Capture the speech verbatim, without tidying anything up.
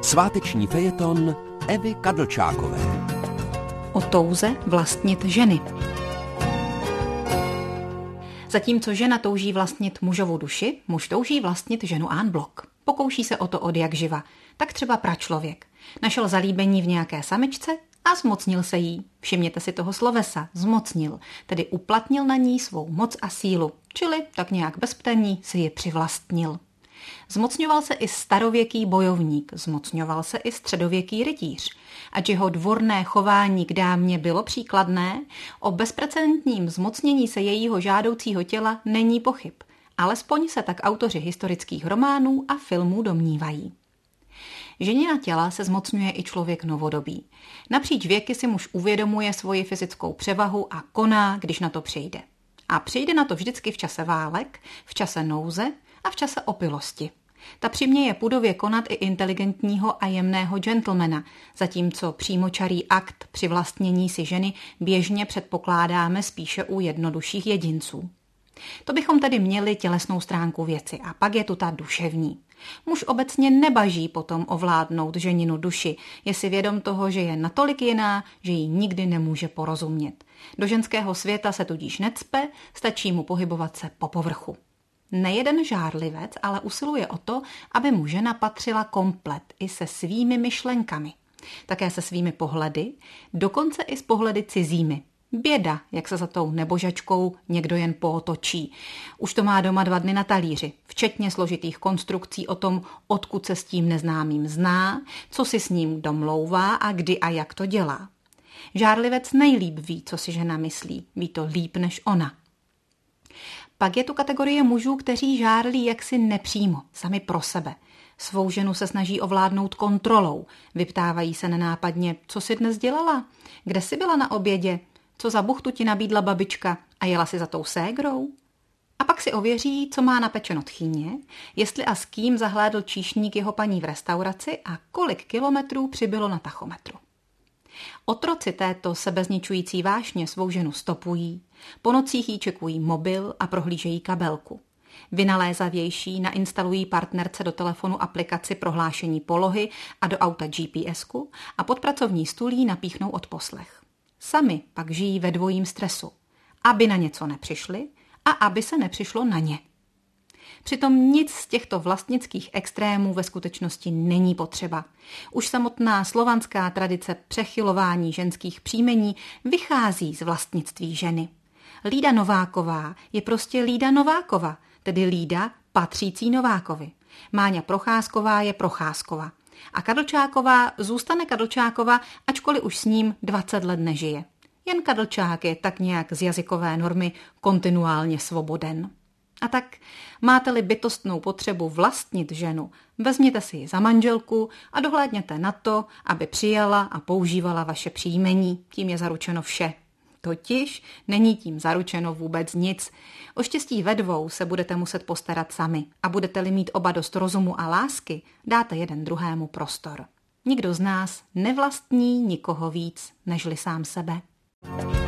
Sváteční fejeton Evy Kadlčákové. O touze vlastnit ženy. Zatímco žena touží vlastnit mužovu duši, muž touží vlastnit ženu en bloc. Pokouší se o to od jak živa. Tak třeba pračlověk. Našel zalíbení v nějaké samičce a zmocnil se jí. Všimněte si toho slovesa, zmocnil, tedy uplatnil na ní svou moc a sílu, čili tak nějak bez ptení si ji přivlastnil. Zmocňoval se i starověký bojovník, zmocňoval se i středověký rytíř. Ať jeho dvorné chování k dámě bylo příkladné, o bezprecedentním zmocnění se jejího žádoucího těla není pochyb. Alespoň se tak autoři historických románů a filmů domnívají. Ženina těla se zmocňuje i člověk novodobý. Napříč věky si muž uvědomuje svoji fyzickou převahu a koná, když na to přijde. A přijde na to vždycky v čase válek, v čase nouze a v čase opilosti. Ta přiměje pudově konat i inteligentního a jemného gentlemana, zatímco přímočarý akt při vlastnění si ženy běžně předpokládáme spíše u jednodušších jedinců. To bychom tedy měli tělesnou stránku věci a pak je tu ta duševní. Muž obecně nebaží potom ovládnout ženinu duši, je si vědom toho, že je natolik jiná, že jí nikdy nemůže porozumět. Do ženského světa se tudíž necpe, stačí mu pohybovat se po povrchu. Nejeden žárlivec ale usiluje o to, aby mu žena patřila komplet i se svými myšlenkami. Také se svými pohledy, dokonce i s pohledy cizími. Běda, jak se za tou nebožačkou někdo jen pootočí. Už to má doma dva dny na talíři, včetně složitých konstrukcí o tom, odkud se s tím neznámým zná, co si s ním domlouvá a kdy a jak to dělá. Žárlivec nejlíp ví, co si žena myslí, ví to líp než ona. Pak je tu kategorie mužů, kteří žárlí jaksi nepřímo, sami pro sebe. Svou ženu se snaží ovládnout kontrolou. Vyptávají se nenápadně, co si dnes dělala, kde jsi byla na obědě, co za buchtu ti nabídla babička a jela si za tou ségrou. A pak si ověří, co má napečeno tchýně, jestli a s kým zahlédl číšník jeho paní v restauraci a kolik kilometrů přibylo na tachometru. Otroci této sebezničující vášně svou ženu stopují, po nocích jí čekují mobil a prohlížejí kabelku. Vynalézavější nainstalují partnerce do telefonu aplikaci prohlášení polohy a do auta G P S ku a pod pracovní stůl jí napíchnou odposlech. Sami pak žijí ve dvojím stresu, aby na něco nepřišli a aby se nepřišlo na ně. Přitom nic z těchto vlastnických extrémů ve skutečnosti není potřeba. Už samotná slovanská tradice přechylování ženských příjmení vychází z vlastnictví ženy. Lída Nováková je prostě Lída Novákova, tedy Lída patřící Novákovi. Máňa Procházková je Procházkova. A Kadlčáková zůstane Kadlčákova, ačkoliv už s ním dvacet let nežije. Jen Kadlčák je tak nějak z jazykové normy kontinuálně svoboden. A tak máte-li bytostnou potřebu vlastnit ženu, vezměte si ji za manželku a dohlédněte na to, aby přijala a používala vaše příjmení. Tím je zaručeno vše. Totiž není tím zaručeno vůbec nic. O štěstí ve dvou se budete muset postarat sami a budete-li mít oba dost rozumu a lásky, dáte jeden druhému prostor. Nikdo z nás nevlastní nikoho víc, nežli sám sebe.